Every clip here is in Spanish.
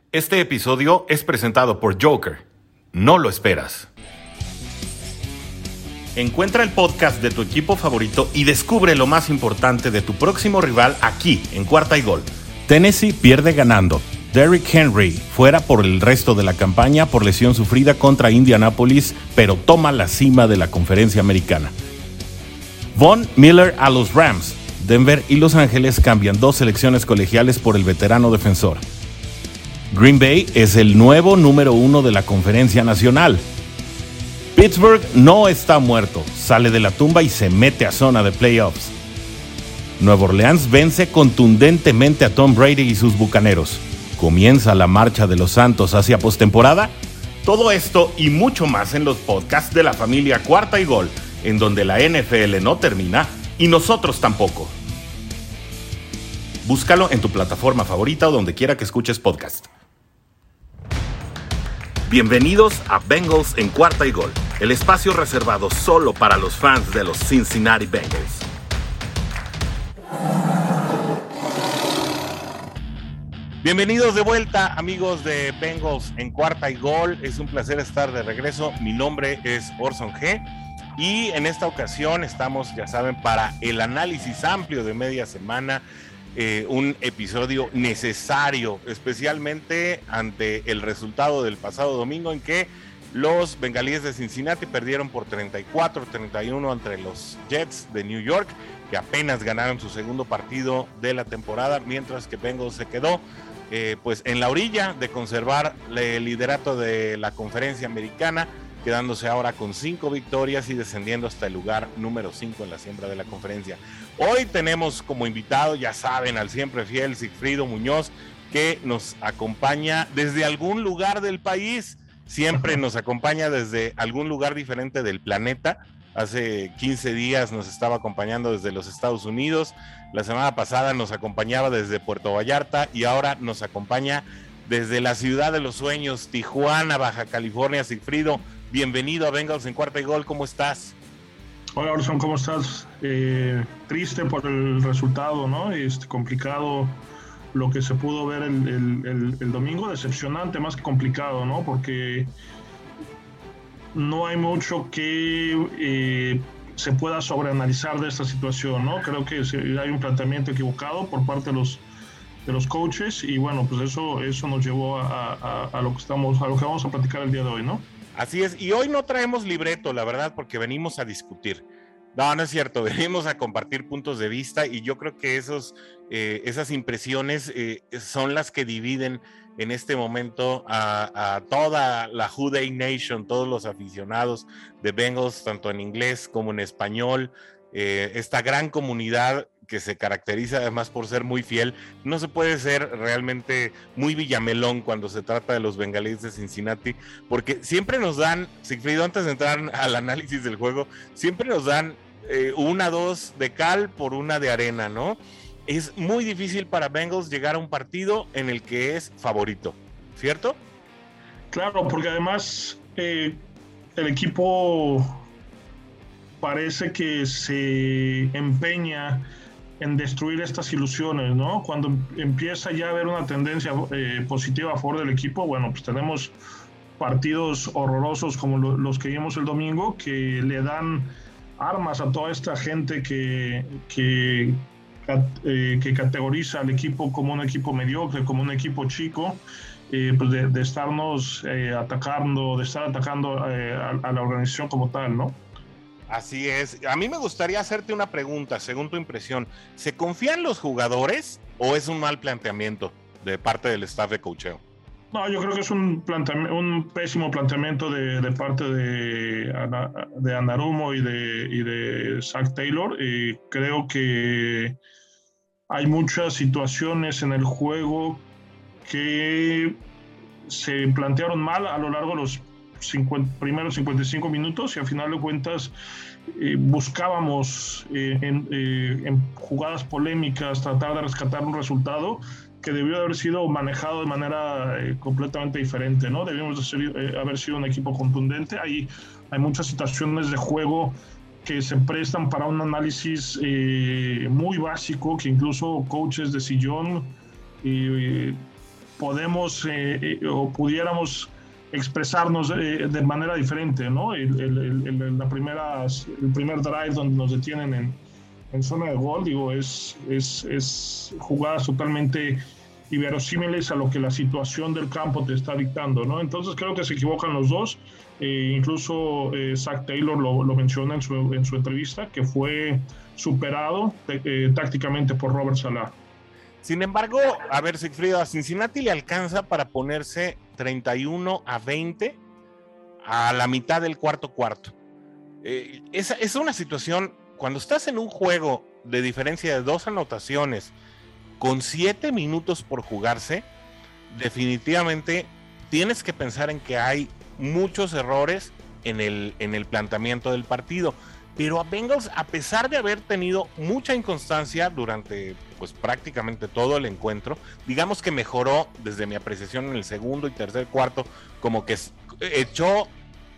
Este episodio es presentado por Joker. No lo esperas. Encuentra el podcast de tu equipo favorito y descubre lo más importante de tu próximo rival aquí, en Cuarta y Gol. Tennessee pierde ganando. Derrick Henry fuera por el resto de la campaña por lesión sufrida contra Indianapolis, pero toma la cima de la conferencia americana. Von Miller a los Rams. Denver y Los Ángeles cambian 2 selecciones colegiales por el veterano defensor. Green Bay es el nuevo número 1 de la conferencia nacional. Pittsburgh no está muerto, sale de la tumba y se mete a zona de playoffs. Nueva Orleans vence contundentemente a Tom Brady y sus bucaneros. ¿Comienza la marcha de los Santos hacia postemporada? Todo esto y mucho más en los podcasts de la familia Cuarta y Gol, en donde la NFL no termina y nosotros tampoco. Búscalo en tu plataforma favorita o donde quiera que escuches podcast. Bienvenidos a Bengals en Cuarta y Gol, el espacio reservado solo para los fans de los Cincinnati Bengals. Bienvenidos de vuelta, amigos de Bengals en Cuarta y Gol. Es un placer estar de regreso. Mi nombre es Orson G. Y en esta ocasión estamos, ya saben, para el análisis amplio de media semana. Un episodio necesario, especialmente ante el resultado del pasado domingo en que los Bengalíes de Cincinnati perdieron por 34-31 ante los Jets de New York, que apenas ganaron su segundo partido de la temporada, mientras que Bengals se quedó pues en la orilla de conservar el liderato de la conferencia americana, quedándose ahora con 5 victorias y descendiendo hasta el lugar número 5 en la siembra de la conferencia. Hoy tenemos como invitado, ya saben, al siempre fiel Sigfrido Muñoz, que nos acompaña desde algún lugar del país, siempre nos acompaña desde algún lugar diferente del planeta. Hace 15 días nos estaba acompañando desde los Estados Unidos, la semana pasada nos acompañaba desde Puerto Vallarta y ahora nos acompaña desde la ciudad de los sueños, Tijuana, Baja California. Sigfrido, bienvenido a Bengals en Cuarta y Gol, ¿cómo estás? Hola Orson, ¿cómo estás? Triste por el resultado, ¿no? Complicado lo que se pudo ver el domingo, decepcionante más que complicado, ¿no? Porque no hay mucho que se pueda sobreanalizar de esta situación, ¿no? Creo que hay un planteamiento equivocado por parte de los coaches y bueno, pues eso nos llevó a lo que vamos a platicar el día de hoy, ¿no? Así es, y hoy no traemos libreto, la verdad, porque venimos a discutir. No es cierto, venimos a compartir puntos de vista y yo creo que esas impresiones son las que dividen en este momento a toda la Houday Nation, todos los aficionados de Bengals, tanto en inglés como en español, esta gran comunidad que se caracteriza además por ser muy fiel. No se puede ser realmente muy villamelón cuando se trata de los Bengalíes de Cincinnati, porque siempre nos dan, Sigfrido, antes de entrar al análisis del juego, siempre nos dan 1-2 de cal por 1 de arena, ¿no? Es muy difícil para Bengals llegar a un partido en el que es favorito, ¿cierto? Claro, porque además el equipo parece que se empeña en destruir estas ilusiones, ¿no? Cuando empieza ya a haber una tendencia positiva a favor del equipo, bueno, pues tenemos partidos horrorosos como los que vimos el domingo, que le dan armas a toda esta gente que categoriza al equipo como un equipo mediocre, como un equipo chico, pues de estarnos atacando, de estar atacando a la organización como tal, ¿no? Así es. A mí me gustaría hacerte una pregunta, según tu impresión. ¿Se confían los jugadores o es un mal planteamiento de parte del staff de coacheo? No, yo creo que es un pésimo planteamiento de parte de Anarumo y de Zach Taylor. Creo que hay muchas situaciones en el juego que se plantearon mal a lo largo de los primeros 55 minutos y al final de cuentas buscábamos en jugadas polémicas tratar de rescatar un resultado que debió haber sido manejado de manera completamente diferente, ¿no? Debíamos haber sido un equipo contundente. Hay muchas situaciones de juego que se prestan para un análisis muy básico, que incluso coaches de sillón podemos o pudiéramos expresarnos de manera diferente, ¿no? El primer drive donde nos detienen en zona de gol, digo, es jugadas totalmente inverosímiles a lo que la situación del campo te está dictando, ¿no? Entonces creo que se equivocan los dos. Incluso Zac Taylor lo menciona en su entrevista, que fue superado tácticamente por Robert Saleh. Sin embargo, a ver, Sigfrido, a Cincinnati le alcanza para ponerse 31-20 a la mitad del cuarto. Es una situación, cuando estás en un juego de diferencia de 2 anotaciones con 7 minutos por jugarse, definitivamente tienes que pensar en que hay muchos errores en el planteamiento del partido. Pero a Bengals, a pesar de haber tenido mucha inconstancia durante pues prácticamente todo el encuentro, digamos que mejoró desde mi apreciación en el segundo y tercer cuarto, como que echó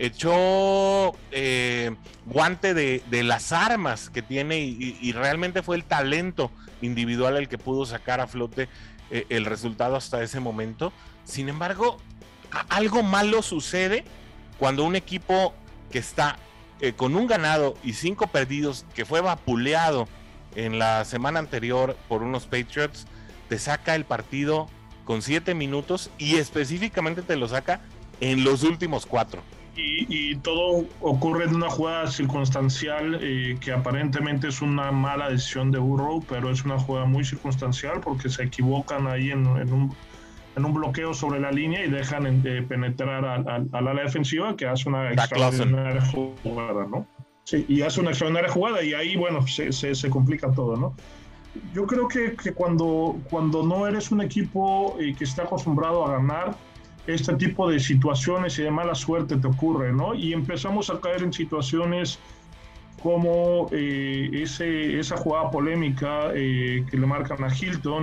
guante de las armas que tiene y realmente fue el talento individual el que pudo sacar a flote el resultado hasta ese momento. Sin embargo, algo malo sucede cuando un equipo que está con un ganado y 5 perdidos, que fue vapuleado en la semana anterior por unos Patriots, te saca el partido con 7 minutos y específicamente te lo saca en los últimos 4. Y todo ocurre en una jugada circunstancial que aparentemente es una mala decisión de Burrow, pero es una jugada muy circunstancial porque se equivocan ahí en un bloqueo sobre la línea y dejan penetrar al ala defensiva, que hace una extraordinaria jugada, ¿no? Sí, y hace una extraordinaria jugada y ahí, bueno, se complica todo, ¿no? Yo creo que cuando no eres un equipo que está acostumbrado a ganar, este tipo de situaciones y de mala suerte te ocurre, ¿no? Y empezamos a caer en situaciones como esa jugada polémica que le marcan a Hilton,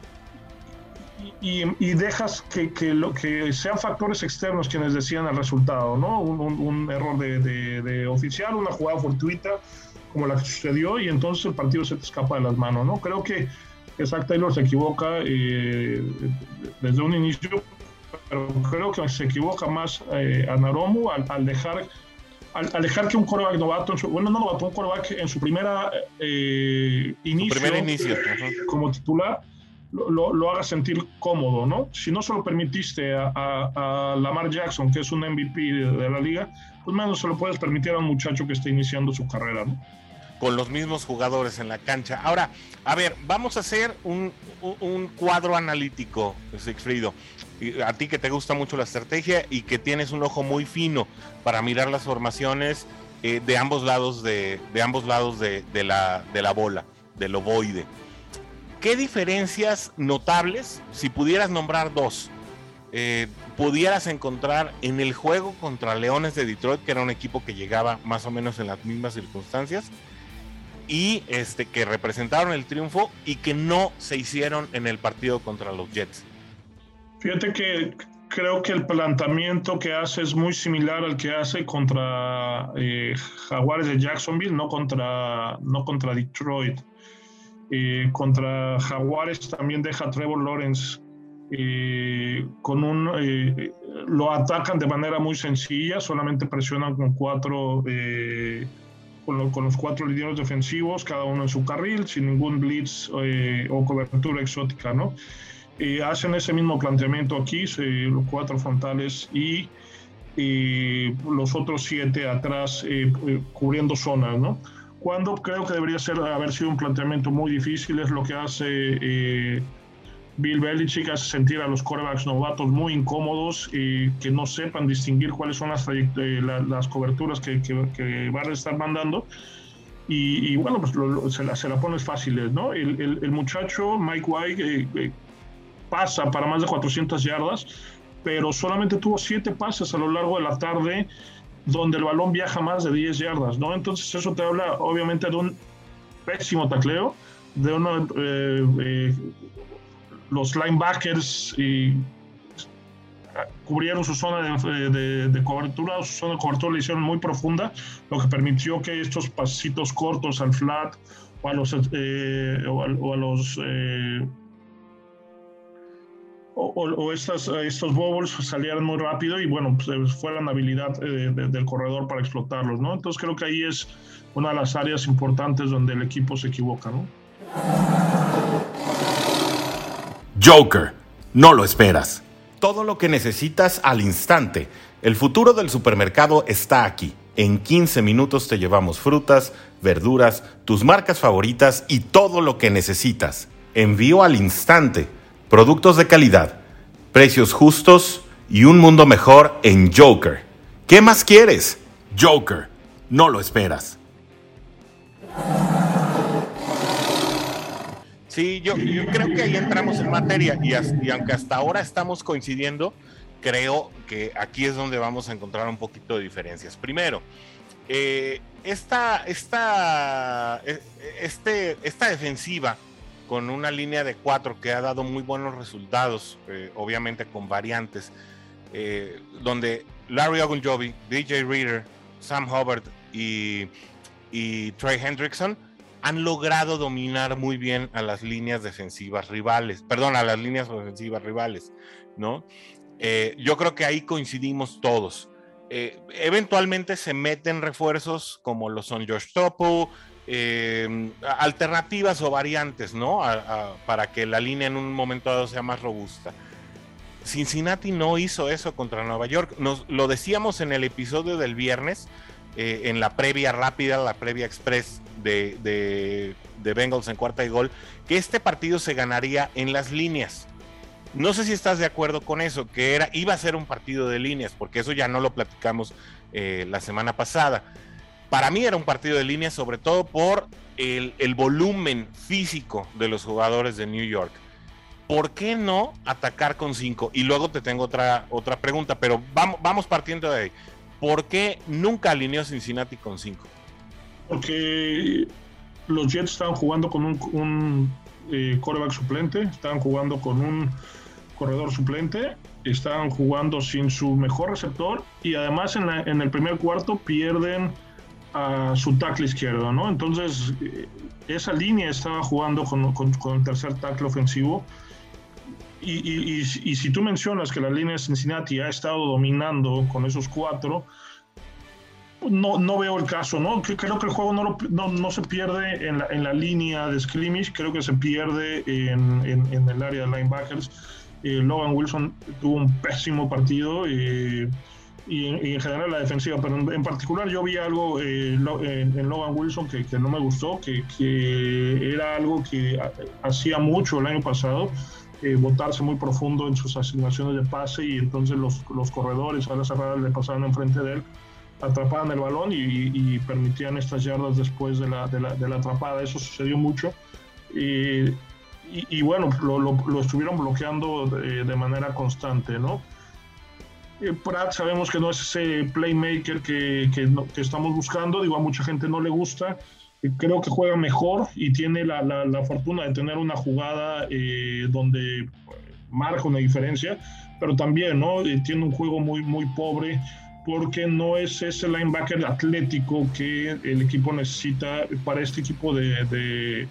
y dejas que sean factores externos quienes decían el resultado, ¿no? Un error de oficial, una jugada fortuita como la que sucedió, y entonces el partido se te escapa de las manos, ¿no? Creo que Zac Taylor se equivoca desde un inicio, pero creo que se equivoca más Anarumo al dejar que un quarterback novato, un quarterback en su primera inicio como titular, lo haga sentir cómodo, ¿no? Si no se lo permitiste a Lamar Jackson, que es un MVP de la liga, pues menos se lo puedes permitir a un muchacho que está iniciando su carrera, ¿no? Con los mismos jugadores en la cancha. Ahora, a ver, vamos a hacer un cuadro analítico, Sigfrido. A ti que te gusta mucho la estrategia y que tienes un ojo muy fino para mirar las formaciones de ambos lados de la bola, del ovoide. ¿Qué diferencias notables, si pudieras nombrar 2, pudieras encontrar en el juego contra Leones de Detroit, que era un equipo que llegaba más o menos en las mismas circunstancias, y que representaron el triunfo y que no se hicieron en el partido contra los Jets? Fíjate que creo que el planteamiento que hace es muy similar al que hace contra Jaguares de Jacksonville, no contra Detroit. Contra Jaguares también deja a Trevor Lawrence lo atacan de manera muy sencilla, solamente presionan con los 4 linieros defensivos, cada uno en su carril, sin ningún blitz o cobertura exótica, ¿no? Hacen ese mismo planteamiento aquí, los 4 frontales y los otros 7 atrás cubriendo zonas, ¿no? Cuando creo que debería haber sido un planteamiento muy difícil, es lo que hace Bill Belichick, hace sentir a los quarterbacks novatos muy incómodos, que no sepan distinguir cuáles son las coberturas que van a estar mandando, y bueno, pues se la pones fáciles, ¿no? El muchacho Mike White pasa para más de 400 yardas, pero solamente tuvo 7 pases a lo largo de la tarde, donde el balón viaja más de 10 yardas, ¿no? Entonces eso te habla obviamente de un pésimo tacleo, de los linebackers cubrieron su zona de cobertura, su zona de cobertura la hicieron muy profunda, lo que permitió que estos pasitos cortos al flat o o estos bobbles salieran muy rápido y bueno, pues fue la habilidad del corredor para explotarlos, ¿no? Entonces creo que ahí es una de las áreas importantes donde el equipo se equivoca, ¿no? Joker, no lo esperas. Todo lo que necesitas al instante. El futuro del supermercado está aquí. En 15 minutos te llevamos frutas, verduras, tus marcas favoritas y todo lo que necesitas. Envío al instante. Productos de calidad, precios justos y un mundo mejor en Joker. ¿Qué más quieres? Joker, no lo esperas. Sí, yo creo que ahí entramos en materia y aunque hasta ahora estamos coincidiendo, creo que aquí es donde vamos a encontrar un poquito de diferencias. Primero, esta defensiva con una línea de 4 que ha dado muy buenos resultados, obviamente con variantes, donde Larry Ogunjobi, DJ Reader, Sam Hubbard y Trey Hendrickson han logrado dominar muy bien a las líneas defensivas rivales, a las líneas ofensivas rivales, ¿no? Yo creo que ahí coincidimos todos. Eventualmente se meten refuerzos como lo son Josh Topu, alternativas o variantes, ¿no? Para que la línea en un momento dado sea más robusta. Cincinnati no hizo eso contra Nueva York. Lo decíamos en el episodio del viernes, en la previa rápida, la previa express de Bengals en cuarta y gol, que este partido se ganaría en las líneas. No sé si estás de acuerdo con eso, que iba a ser un partido de líneas, porque eso ya no lo platicamos la semana pasada. Para mí era un partido de líneas, sobre todo por el volumen físico de los jugadores de New York. ¿Por qué no atacar con 5? Y luego te tengo otra pregunta, pero vamos partiendo de ahí. ¿Por qué nunca alineó Cincinnati con 5? Porque los Jets estaban jugando con un quarterback suplente, estaban jugando con un corredor suplente, estaban jugando sin su mejor receptor y además en el primer cuarto pierden a su tackle izquierdo, ¿no? Entonces esa línea estaba jugando con el tercer tackle ofensivo. Y si tú mencionas que la línea de Cincinnati ha estado dominando con esos 4, no veo el caso, ¿no? Creo que el juego no se pierde en la línea de scrimmage, creo que se pierde en el área de linebackers. Logan Wilson tuvo un pésimo partido y en general la defensiva, pero en particular yo vi algo en Logan Wilson que no me gustó, que era algo que hacía mucho el año pasado. Botarse muy profundo en sus asignaciones de pase y entonces los corredores a las cerradas le pasaban enfrente de él, atrapaban el balón y permitían estas yardas después de la atrapada. Eso sucedió mucho y bueno, lo estuvieron bloqueando de manera constante, ¿no? Pratt sabemos que no es ese playmaker que estamos buscando, digo, a mucha gente no le gusta. Creo que juega mejor y tiene la fortuna de tener una jugada donde marca una diferencia, pero también, ¿no? Tiene un juego muy, muy pobre porque no es ese linebacker atlético que el equipo necesita para este tipo de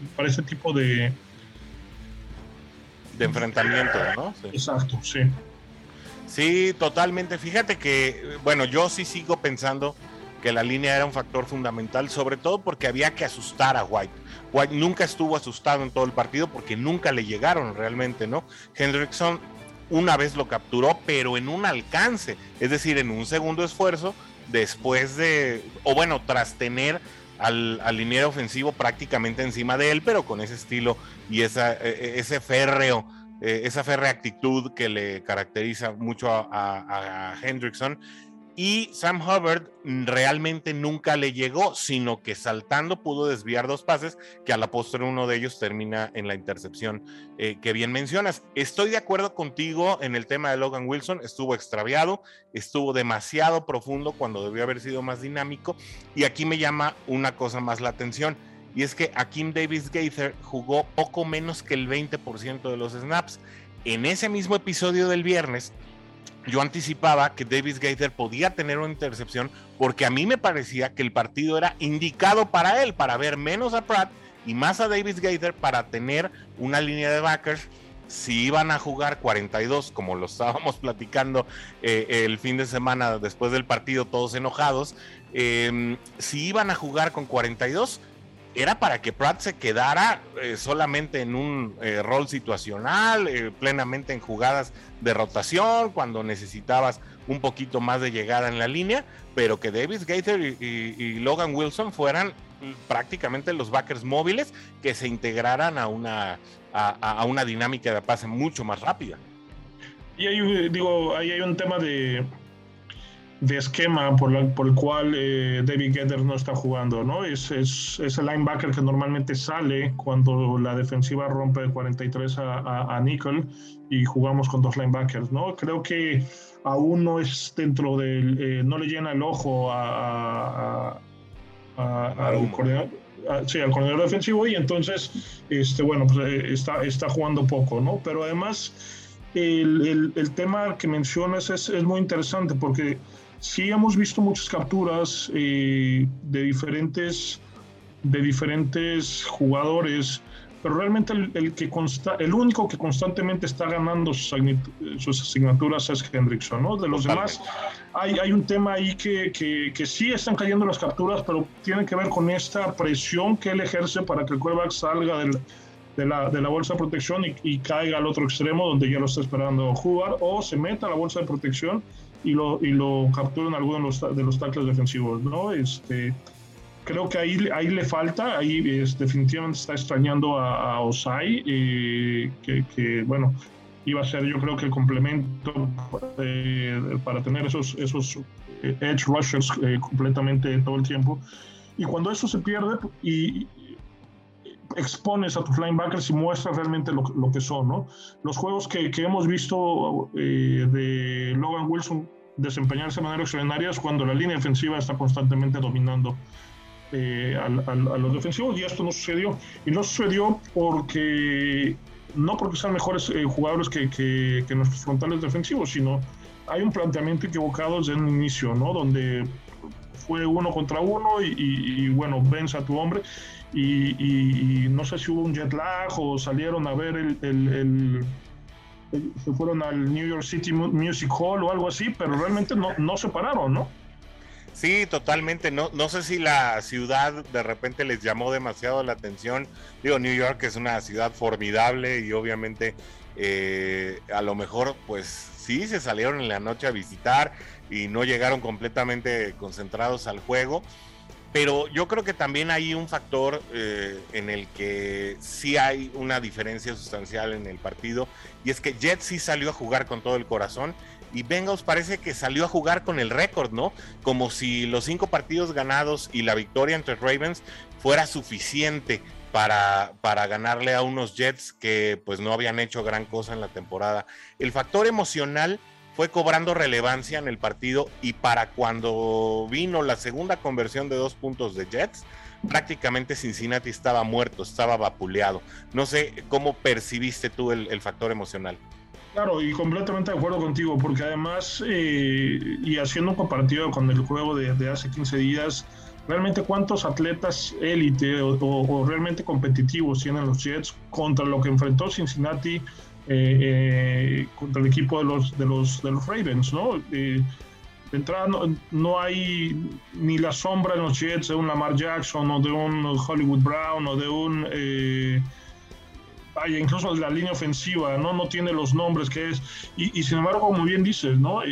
enfrentamiento, ¿no? Sí. Exacto, sí. Sí, totalmente. Fíjate que, bueno, yo sí sigo pensando que la línea era un factor fundamental, sobre todo porque había que asustar a White. White nunca estuvo asustado en todo el partido porque nunca le llegaron realmente, ¿no? Hendrickson una vez lo capturó, pero en un alcance, es decir, en un segundo esfuerzo, después tras tener al liniero ofensivo prácticamente encima de él, pero con ese estilo y esa férrea actitud que le caracteriza mucho a Hendrickson. Y Sam Hubbard realmente nunca le llegó, sino que saltando pudo desviar 2 pases, que a la postre uno de ellos termina en la intercepción que bien mencionas. Estoy de acuerdo contigo en el tema de Logan Wilson, estuvo extraviado, estuvo demasiado profundo cuando debió haber sido más dinámico, y aquí me llama una cosa más la atención, y es que Akeem Davis-Gaither jugó poco menos que el 20% de los snaps. En ese mismo episodio del viernes, yo anticipaba que Davis-Gaither podía tener una intercepción porque a mí me parecía que el partido era indicado para él, para ver menos a Pratt y más a Davis-Gaither, para tener una línea de backers si iban a jugar 42, como lo estábamos platicando el fin de semana después del partido, todos enojados, si iban a jugar con 42, era para que Pratt se quedara solamente en un rol situacional, plenamente en jugadas de rotación, cuando necesitabas un poquito más de llegada en la línea, pero que Davis Gaither y Logan Wilson fueran prácticamente los backers móviles que se integraran a una dinámica de pase mucho más rápida. Y ahí hay un tema de esquema por el cual David Gaither no está jugando, ¿no? Es el linebacker que normalmente sale cuando la defensiva rompe de 43 a nickel y jugamos con 2 linebackers, ¿no? Creo que aún no es dentro del... no le llena el ojo al coordinador defensivo, y entonces, bueno, pues está jugando poco, ¿no? Pero además, el tema que mencionas es muy interesante, porque sí hemos visto muchas capturas de diferentes jugadores, pero realmente el único que constantemente está ganando sus asignaturas es Hendrickson, ¿no? De los demás hay un tema ahí que sí están cayendo las capturas, pero tiene que ver con esta presión que él ejerce para que el quarterback salga de la bolsa de protección y caiga al otro extremo donde ya lo está esperando jugar, o se meta a la bolsa de protección y lo capturan alguno de los tackles defensivos, ¿no? Creo que ahí le falta, ahí definitivamente está extrañando a Osai, que bueno, iba a ser yo creo que el complemento para tener esos edge rushers completamente todo el tiempo, y cuando eso se pierde y expones a tus linebackers y muestras realmente lo que son, ¿no? Los juegos que hemos visto de Logan Wilson desempeñarse de manera extraordinaria es cuando la línea defensiva está constantemente dominando a los defensivos, y esto no sucedió. Y no sucedió no porque sean mejores jugadores que nuestros frontales defensivos, sino hay un planteamiento equivocado desde un inicio, ¿no? Donde fue uno contra uno y bueno, vence a tu hombre. Y no sé si hubo un jet lag o salieron a ver se fueron al New York City Music Hall o algo así, pero realmente no se pararon, ¿no? Sí, totalmente. No sé si la ciudad de repente les llamó demasiado la atención. Digo, New York es una ciudad formidable y obviamente a lo mejor pues sí se salieron en la noche a visitar y no llegaron completamente concentrados al juego. Pero yo creo que también hay un factor en el que sí hay una diferencia sustancial en el partido, y es que Jets sí salió a jugar con todo el corazón y Bengals parece que salió a jugar con el récord, ¿no? Como si los 5 partidos ganados y la victoria entre Ravens fuera suficiente para ganarle a unos Jets que pues no habían hecho gran cosa en la temporada. El factor emocional fue cobrando relevancia en el partido, y para cuando vino la segunda conversión de 2 puntos de Jets, prácticamente Cincinnati estaba muerto, estaba vapuleado. No sé cómo percibiste tú el factor emocional. Claro, y completamente de acuerdo contigo, porque además, y haciendo un comparativo con el juego de hace 15 días, realmente cuántos atletas élite o realmente competitivos tienen los Jets contra lo que enfrentó Cincinnati contra el equipo de los Ravens, ¿no? De entrada no hay ni la sombra en los Jets de un Lamar Jackson o de un Hollywood Brown o de un incluso la línea ofensiva no tiene los nombres que es, y sin embargo, como bien dices, ¿no?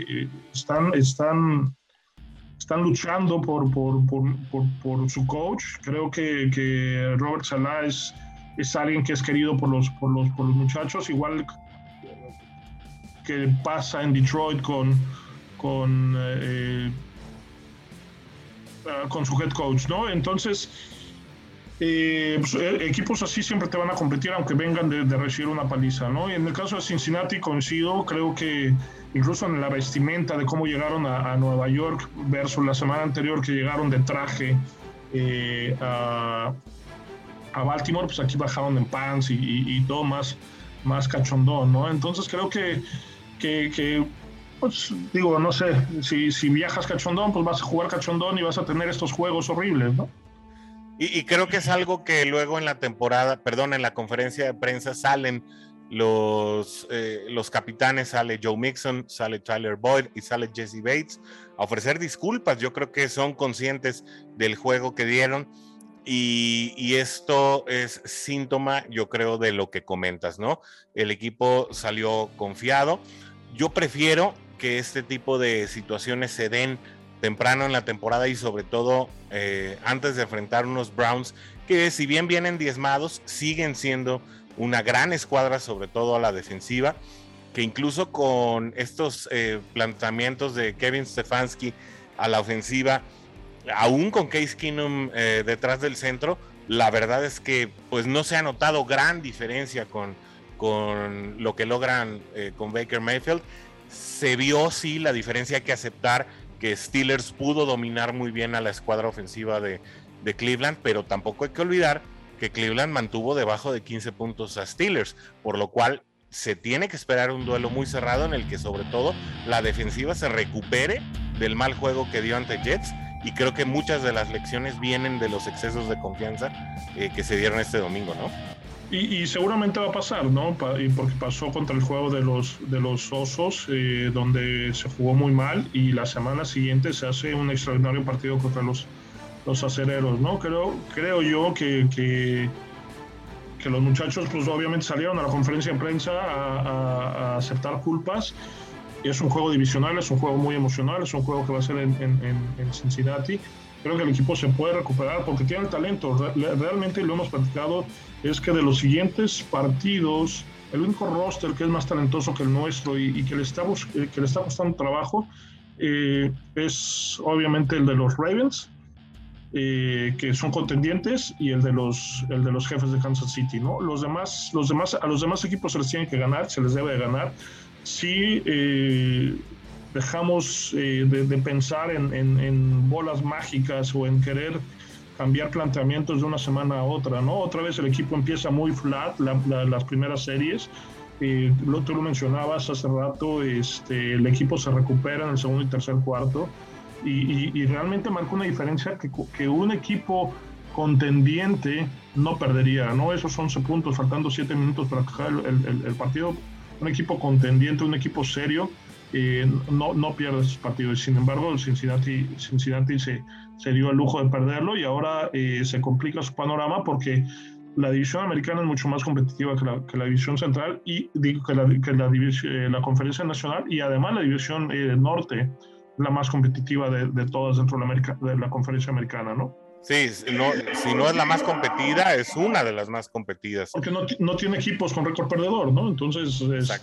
Están luchando por su coach. Creo que Robert Saleh es alguien que es querido por los muchachos, igual que pasa en Detroit con su head coach, ¿no? Entonces, pues, equipos así siempre te van a competir aunque vengan de recibir una paliza, ¿no? Y en el caso de Cincinnati coincido, creo que incluso en la vestimenta de cómo llegaron a Nueva York versus la semana anterior que llegaron de traje a Baltimore, pues aquí bajaron en pants y todo más cachondón, ¿no? Entonces creo que pues digo, no sé, si viajas cachondón, pues vas a jugar cachondón y vas a tener estos juegos horribles, ¿no? Y creo que es algo que luego en la conferencia de prensa salen los capitanes, sale Joe Mixon, sale Tyler Boyd y sale Jesse Bates a ofrecer disculpas. Yo creo que son conscientes del juego que dieron y esto es síntoma, yo creo, de lo que comentas, ¿no? El equipo salió confiado. Yo prefiero que este tipo de situaciones se den temprano en la temporada y sobre todo antes de enfrentar unos Browns que, si bien vienen diezmados, siguen siendo una gran escuadra, sobre todo a la defensiva, que incluso con estos planteamientos de Kevin Stefanski a la ofensiva, aún con Case Keenum detrás del centro, la verdad es que pues no se ha notado gran diferencia con lo que logran con Baker Mayfield. Se vio sí la diferencia, hay que aceptar que Steelers pudo dominar muy bien a la escuadra ofensiva de Cleveland, pero tampoco hay que olvidar que Cleveland mantuvo debajo de 15 puntos a Steelers, por lo cual se tiene que esperar un duelo muy cerrado en el que sobre todo la defensiva se recupere del mal juego que dio ante Jets, y creo que muchas de las lecciones vienen de los excesos de confianza que se dieron este domingo, ¿no? Y seguramente va a pasar, ¿no? Porque pasó contra el juego de los Osos, donde se jugó muy mal, y la semana siguiente se hace un extraordinario partido contra los Acereros, ¿no? Creo yo que los muchachos pues obviamente salieron a la conferencia de prensa a aceptar culpas. Es un juego divisional, es un juego muy emocional, es un juego que va a ser en Cincinnati. Creo que el equipo se puede recuperar porque tiene el talento. Realmente, lo hemos platicado, es que de los siguientes partidos, el único roster que es más talentoso que el nuestro y que le está costando trabajo es obviamente el de los Ravens, que son contendientes, y el de los Jefes de Kansas City, ¿no? A los demás equipos se les tiene que ganar, se les debe de ganar. Sí, dejamos de pensar en bolas mágicas o en querer cambiar planteamientos de una semana a otra, ¿no? Otra vez el equipo empieza muy flat las primeras series. Tú lo mencionabas hace rato, el equipo se recupera en el segundo y tercer cuarto, y realmente marca una diferencia que un equipo contendiente no perdería, ¿no? Esos 11 puntos faltando 7 minutos para acabar el partido. Un equipo contendiente, un equipo serio, no pierde esos partidos. Sin embargo, Cincinnati se dio el lujo de perderlo, y ahora se complica su panorama porque la división americana es mucho más competitiva que la división central, y digo que la conferencia nacional, y además la división norte, la más competitiva de todas dentro de la conferencia americana, ¿no? Sí, si no es la más competida, es una de las más competidas. Porque no tiene equipos con récord perdedor, ¿no? Entonces,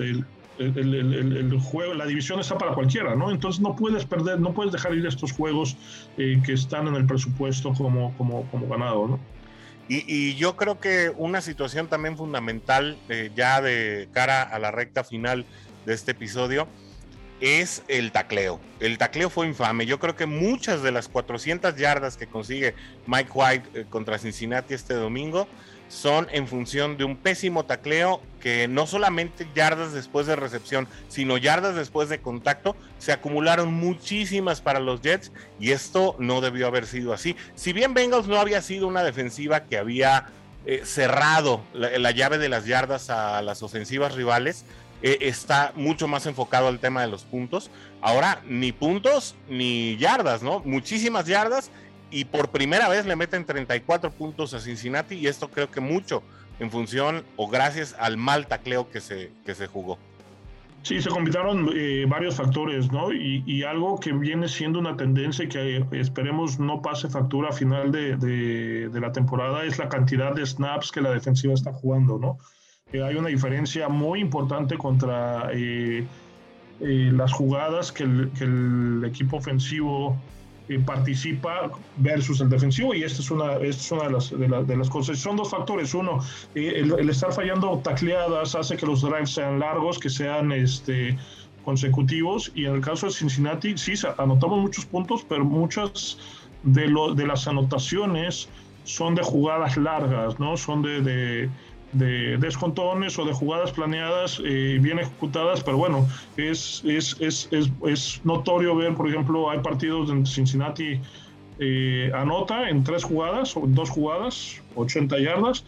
el juego, la división está para cualquiera, ¿no? Entonces no puedes perder, no puedes dejar ir estos juegos que están en el presupuesto como ganado, ¿no? Y yo creo que una situación también fundamental, ya de cara a la recta final de este episodio, es el tacleo. El tacleo fue infame. Yo creo que muchas de las 400 yardas que consigue Mike White contra Cincinnati este domingo son en función de un pésimo tacleo, que no solamente yardas después de recepción, sino yardas después de contacto. Se acumularon muchísimas para los Jets, y esto no debió haber sido así. Si bien Bengals no había sido una defensiva que había cerrado la llave de las yardas a las ofensivas rivales, está mucho más enfocado al tema de los puntos. Ahora ni puntos ni yardas, ¿no? Muchísimas yardas, y por primera vez le meten 34 puntos a Cincinnati, y esto creo que mucho en función o gracias al mal tacleo que se jugó. Sí, se combinaron varios factores, ¿no? Y algo que viene siendo una tendencia y que esperemos no pase factura a final de la temporada es la cantidad de snaps que la defensiva está jugando, ¿no? Hay una diferencia muy importante contra las jugadas que el equipo ofensivo participa versus el defensivo, y esta es una de las cosas. Son dos factores. Uno, el estar fallando tacleadas hace que los drives sean largos, que sean consecutivos, y en el caso de Cincinnati sí anotamos muchos puntos, pero muchas de las anotaciones son de jugadas largas, ¿no? Son de descontones o de jugadas planeadas bien ejecutadas, pero bueno, es notorio ver, por ejemplo, hay partidos donde Cincinnati anota en 3 jugadas o en 2 jugadas, 80 yardas,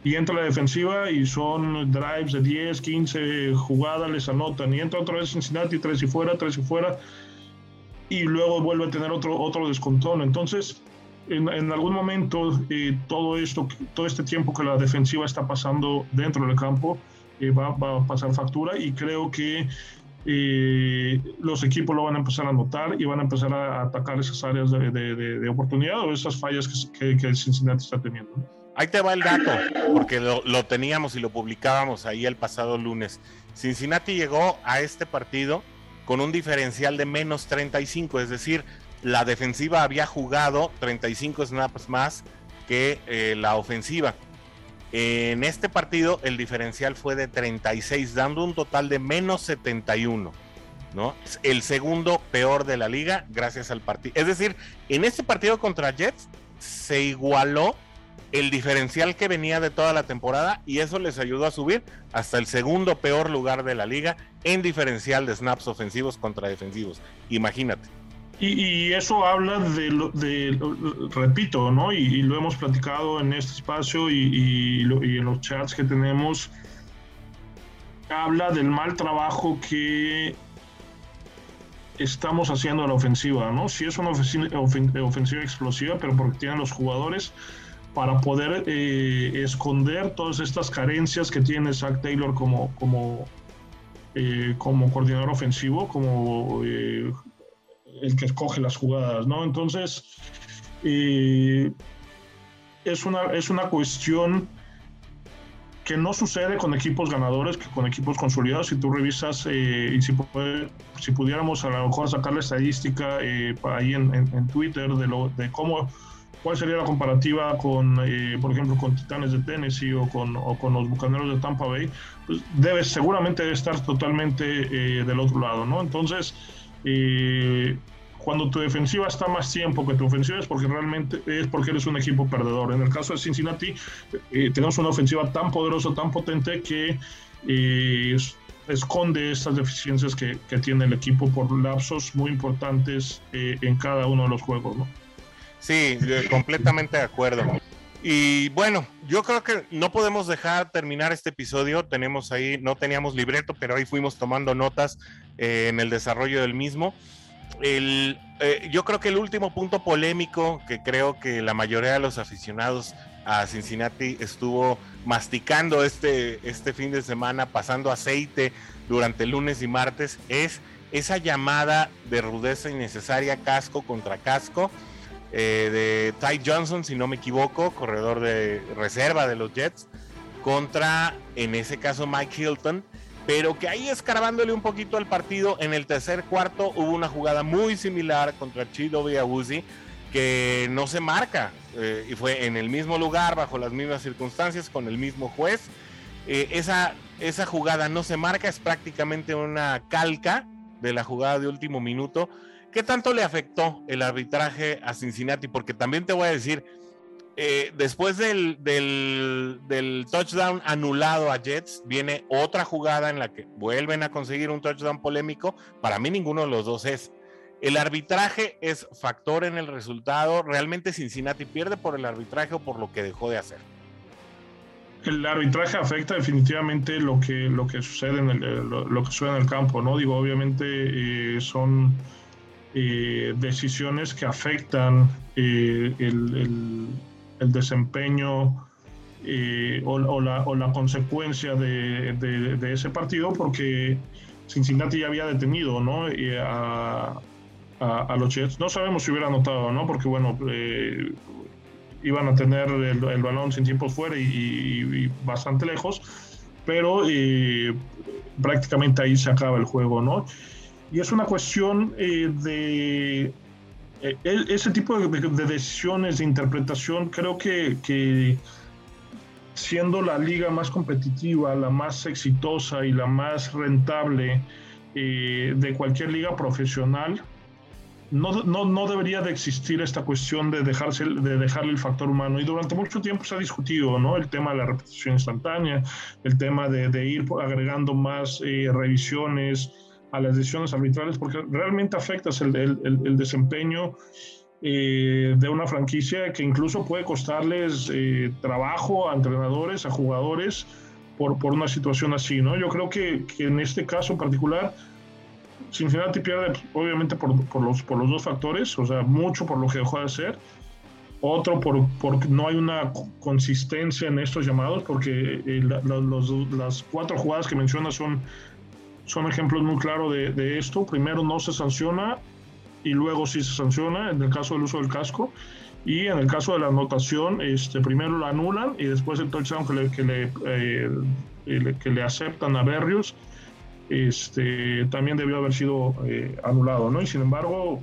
y entra la defensiva y son drives de 10, 15 jugadas, les anotan, y entra otra vez Cincinnati, 3 y fuera, y luego vuelve a tener otro descontón. Entonces, en algún momento, todo este tiempo que la defensiva está pasando dentro del campo, va a pasar factura, y creo que los equipos lo van a empezar a notar y van a empezar a atacar esas áreas de oportunidad o esas fallas que Cincinnati está teniendo, ¿no? Ahí te va el dato, porque lo teníamos y lo publicábamos ahí el pasado lunes. Cincinnati llegó a este partido con un diferencial de menos 35, es decir, la defensiva había jugado 35 snaps más que la ofensiva. En este partido el diferencial fue de 36, dando un total de menos 71, ¿no? El segundo peor de la liga gracias al partido. Es decir, en este partido contra Jets se igualó el diferencial que venía de toda la temporada, y eso les ayudó a subir hasta el segundo peor lugar de la liga en diferencial de snaps ofensivos contra defensivos. Imagínate. Y eso habla repito, ¿no? Y lo hemos platicado en este espacio y en los chats que tenemos, habla del mal trabajo que estamos haciendo en la ofensiva, ¿no? Sí es una ofensiva explosiva, pero porque tienen los jugadores para poder esconder todas estas carencias que tiene Zac Taylor como coordinador ofensivo, como el que escoge las jugadas, ¿no? Entonces, es una cuestión que no sucede con equipos ganadores, que con equipos consolidados. Si tú revisas, y si pudiéramos a lo mejor sacar la estadística ahí en Twitter de cuál sería la comparativa con, por ejemplo, con Titanes de Tennessee o con los Bucaneros de Tampa Bay, pues seguramente debe estar totalmente del otro lado, ¿no? Entonces, cuando tu defensiva está más tiempo que tu ofensiva es porque eres un equipo perdedor. En el caso de Cincinnati, tenemos una ofensiva tan poderosa, tan potente, que esconde estas deficiencias que tiene el equipo por lapsos muy importantes en cada uno de los juegos, ¿no? Sí, completamente de acuerdo. Y bueno, yo creo que no podemos dejar terminar este episodio. No teníamos libreto, pero ahí fuimos tomando notas en el desarrollo del mismo. Yo creo que el último punto polémico que creo que la mayoría de los aficionados a Cincinnati estuvo masticando este fin de semana, pasando aceite durante lunes y martes, es esa llamada de rudeza innecesaria, casco contra casco, de Ty Johnson, si no me equivoco, corredor de reserva de los Jets, contra, en ese caso, Mike Hilton, pero que ahí escarbándole un poquito al partido, en el tercer cuarto hubo una jugada muy similar contra Chido Awuzie que no se marca, y fue en el mismo lugar, bajo las mismas circunstancias, con el mismo juez. Esa jugada no se marca, es prácticamente una calca de la jugada de último minuto. ¿Qué tanto le afectó el arbitraje a Cincinnati? Porque también te voy a decir, después del touchdown anulado a Jets, viene otra jugada en la que vuelven a conseguir un touchdown polémico. Para mí ninguno de los dos es. ¿El arbitraje es factor en el resultado? ¿Realmente Cincinnati pierde por el arbitraje o por lo que dejó de hacer? El arbitraje afecta definitivamente lo que sucede lo que sucede en el campo, ¿no? Digo, obviamente son decisiones que afectan el desempeño o la consecuencia de ese partido, porque Cincinnati ya había detenido, ¿no? A los Jets. No sabemos si hubiera anotado, ¿no? Porque, bueno, iban a tener el balón sin tiempos fuera y bastante lejos, pero prácticamente ahí se acaba el juego, ¿no? Y es una cuestión de ese tipo de decisiones, de interpretación. Creo que siendo la liga más competitiva, la más exitosa y la más rentable de cualquier liga profesional, no debería de existir esta cuestión de dejarle el factor humano. Y durante mucho tiempo se ha discutido, ¿no? El tema de la repetición instantánea, el tema de ir agregando más revisiones a las decisiones arbitrales, porque realmente afectas el desempeño de una franquicia que incluso puede costarles trabajo a entrenadores, a jugadores, por una situación así, ¿no? Yo creo que en este caso en particular, Cincinnati pierde obviamente por los dos factores, o sea, mucho por lo que dejó de hacer, otro porque no hay una consistencia en estos llamados, porque las 4 jugadas que menciona son ejemplos muy claros de esto. Primero no se sanciona y luego sí se sanciona en el caso del uso del casco, y en el caso de la anotación primero la anulan y después el touchdown que le aceptan a Berrios también debió haber sido anulado, ¿no? Y sin embargo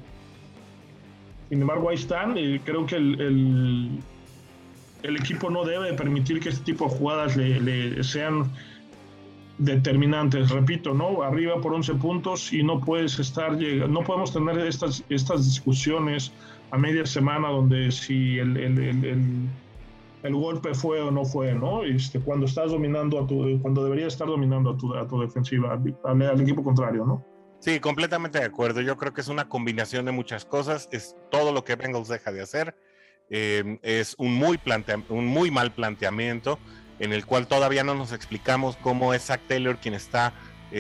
ahí están. Creo que el equipo no debe permitir que este tipo de jugadas le sean determinantes. Repito, ¿no? Arriba por 11 puntos y no podemos tener estas discusiones a media semana donde si el golpe fue o no fue, ¿no? Cuando estás dominando cuando deberías estar dominando a tu defensiva, al equipo contrario, ¿no? Sí, completamente de acuerdo. Yo creo que es una combinación de muchas cosas. Es todo lo que Bengals deja de hacer. Es un muy mal planteamiento en el cual todavía no nos explicamos cómo es Zac Taylor quien está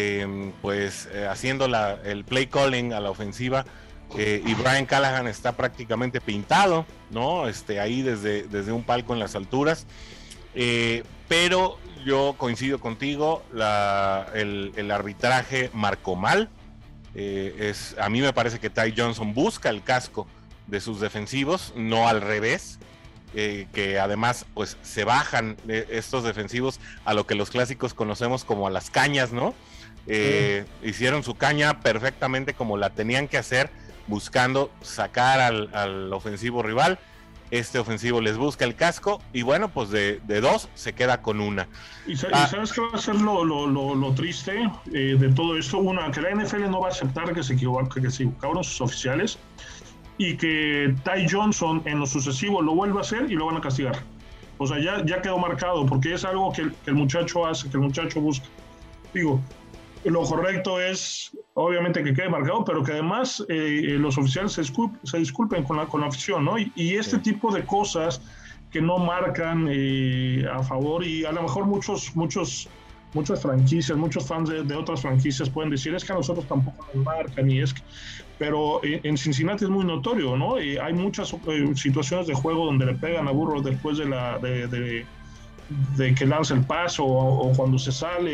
haciendo el play calling a la ofensiva, y Brian Callahan está prácticamente pintado, ¿no? Ahí desde un palco en las alturas. Pero yo coincido contigo, el arbitraje marcó mal. A mí me parece que Ty Johnson busca el casco de sus defensivos, no al revés, que además pues se bajan estos defensivos a lo que los clásicos conocemos como a las cañas, ¿no? Hicieron su caña perfectamente como la tenían que hacer, buscando sacar al ofensivo rival. Este ofensivo les busca el casco y bueno, pues de 2 se queda con una. ¿Y sabes qué va a ser lo triste de todo esto? Que la NFL no va a aceptar que se equivocaron sus oficiales y que Ty Johnson en lo sucesivo lo vuelva a hacer y lo van a castigar. O sea, ya quedó marcado, porque es algo que el muchacho hace, que el muchacho busca. Digo, lo correcto es obviamente que quede marcado, pero que además los oficiales se disculpen con la afición, ¿no? Y este tipo de cosas que no marcan a favor, y a lo mejor muchas franquicias, muchos fans de otras franquicias pueden decir, es que a nosotros tampoco nos marcan, pero en Cincinnati es muy notorio, ¿no? Hay muchas situaciones de juego donde le pegan a Burrow después de que lanza el paso o cuando se sale,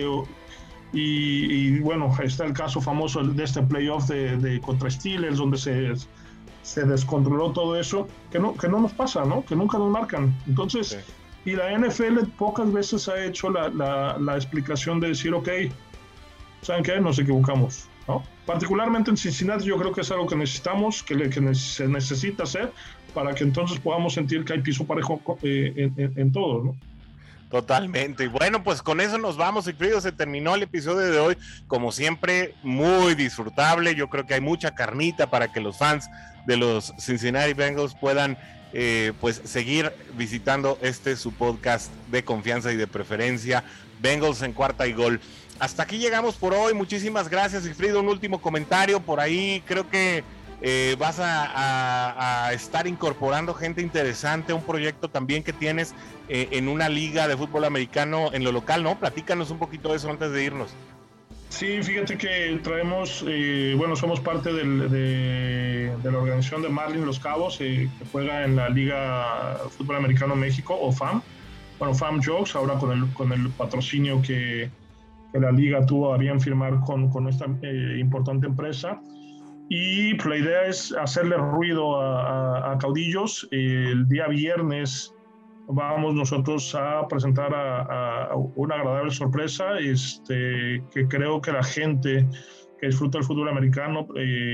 y bueno, está el caso famoso de este playoff de contra Steelers, donde se descontroló todo eso, que no nos pasa, ¿no? Que nunca nos marcan. Entonces, sí. Y la NFL pocas veces ha hecho la explicación de decir, ok, ¿saben qué? Nos equivocamos, ¿no? Particularmente en Cincinnati yo creo que es algo que necesitamos, que se necesita hacer para que entonces podamos sentir que hay piso parejo en todo, ¿no? Totalmente. Y bueno, pues con eso nos vamos, Sigfrido. Se terminó el episodio de hoy. Como siempre, muy disfrutable. Yo creo que hay mucha carnita para que los fans de los Cincinnati Bengals puedan pues seguir visitando su podcast de confianza y de preferencia, Bengals en Cuarta y Gol. Hasta aquí llegamos por hoy. Muchísimas gracias, Sigfrido. Un último comentario por ahí. Creo que vas a estar incorporando gente interesante, un proyecto también que tienes en una liga de fútbol americano en lo local, ¿no? Platícanos un poquito de eso antes de irnos. Sí, fíjate que traemos, somos parte de la organización de Marlins Los Cabos, que juega en la Liga Fútbol Americano México, o FAM. Bueno, FAM Jokes, ahora con el patrocinio que la liga tuvo a bien firmar con esta importante empresa. Y pues, la idea es hacerle ruido a caudillos. El día viernes vamos nosotros a presentar a una agradable sorpresa, que creo que la gente que disfruta el fútbol americano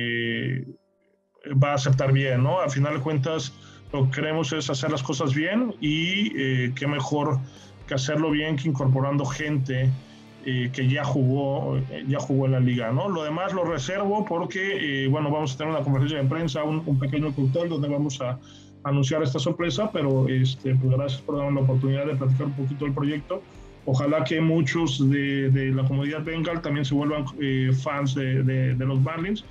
va a aceptar bien, ¿no? A final de cuentas, lo que queremos es hacer las cosas bien, y qué mejor que hacerlo bien que incorporando gente que ya jugó en la liga, ¿no? Lo demás lo reservo porque, vamos a tener una conferencia de prensa, un pequeño cóctel donde vamos a anunciar esta sorpresa, pero pues gracias por darme la oportunidad de platicar un poquito del proyecto. Ojalá que muchos de la comunidad Bengal también se vuelvan fans de los Marlins,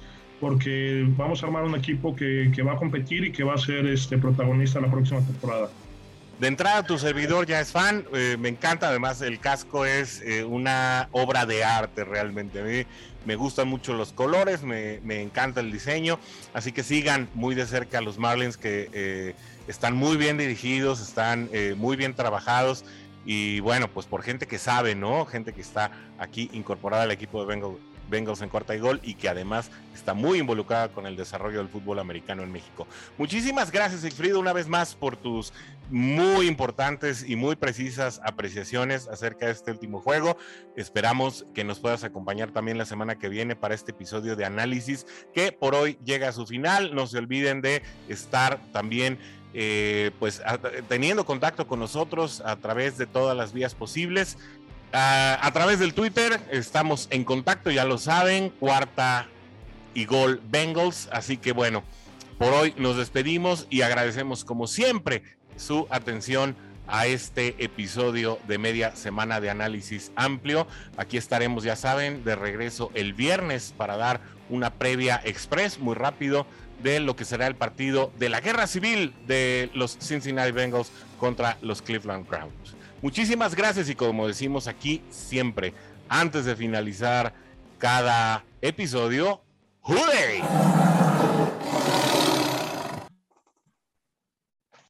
porque vamos a armar un equipo que va a competir y que va a ser protagonista la próxima temporada. De entrada, tu servidor ya es fan, me encanta, además el casco es una obra de arte realmente. A mí me gustan mucho los colores, me encanta el diseño, así que sigan muy de cerca a los Marlins, que están muy bien dirigidos, están muy bien trabajados, y bueno, pues por gente que sabe, ¿no? Gente que está aquí incorporada al equipo de Bengals en Cuarta y Gol, y que además está muy involucrada con el desarrollo del fútbol americano en México. Muchísimas gracias, Sigfrido, una vez más por tus muy importantes y muy precisas apreciaciones acerca de este último juego. Esperamos que nos puedas acompañar también la semana que viene para este episodio de análisis, que por hoy llega a su final. No se olviden de estar también teniendo contacto con nosotros a través de todas las vías posibles. A través del Twitter estamos en contacto, ya lo saben, Cuarta y Gol Bengals. Así que bueno, por hoy nos despedimos y agradecemos como siempre su atención a este episodio de media semana de análisis amplio. Aquí estaremos, ya saben, de regreso el viernes para dar una previa express muy rápido de lo que será el partido de la guerra civil de los Cincinnati Bengals contra los Cleveland Browns. Muchísimas gracias, y como decimos aquí siempre, antes de finalizar cada episodio, ¡Hooray!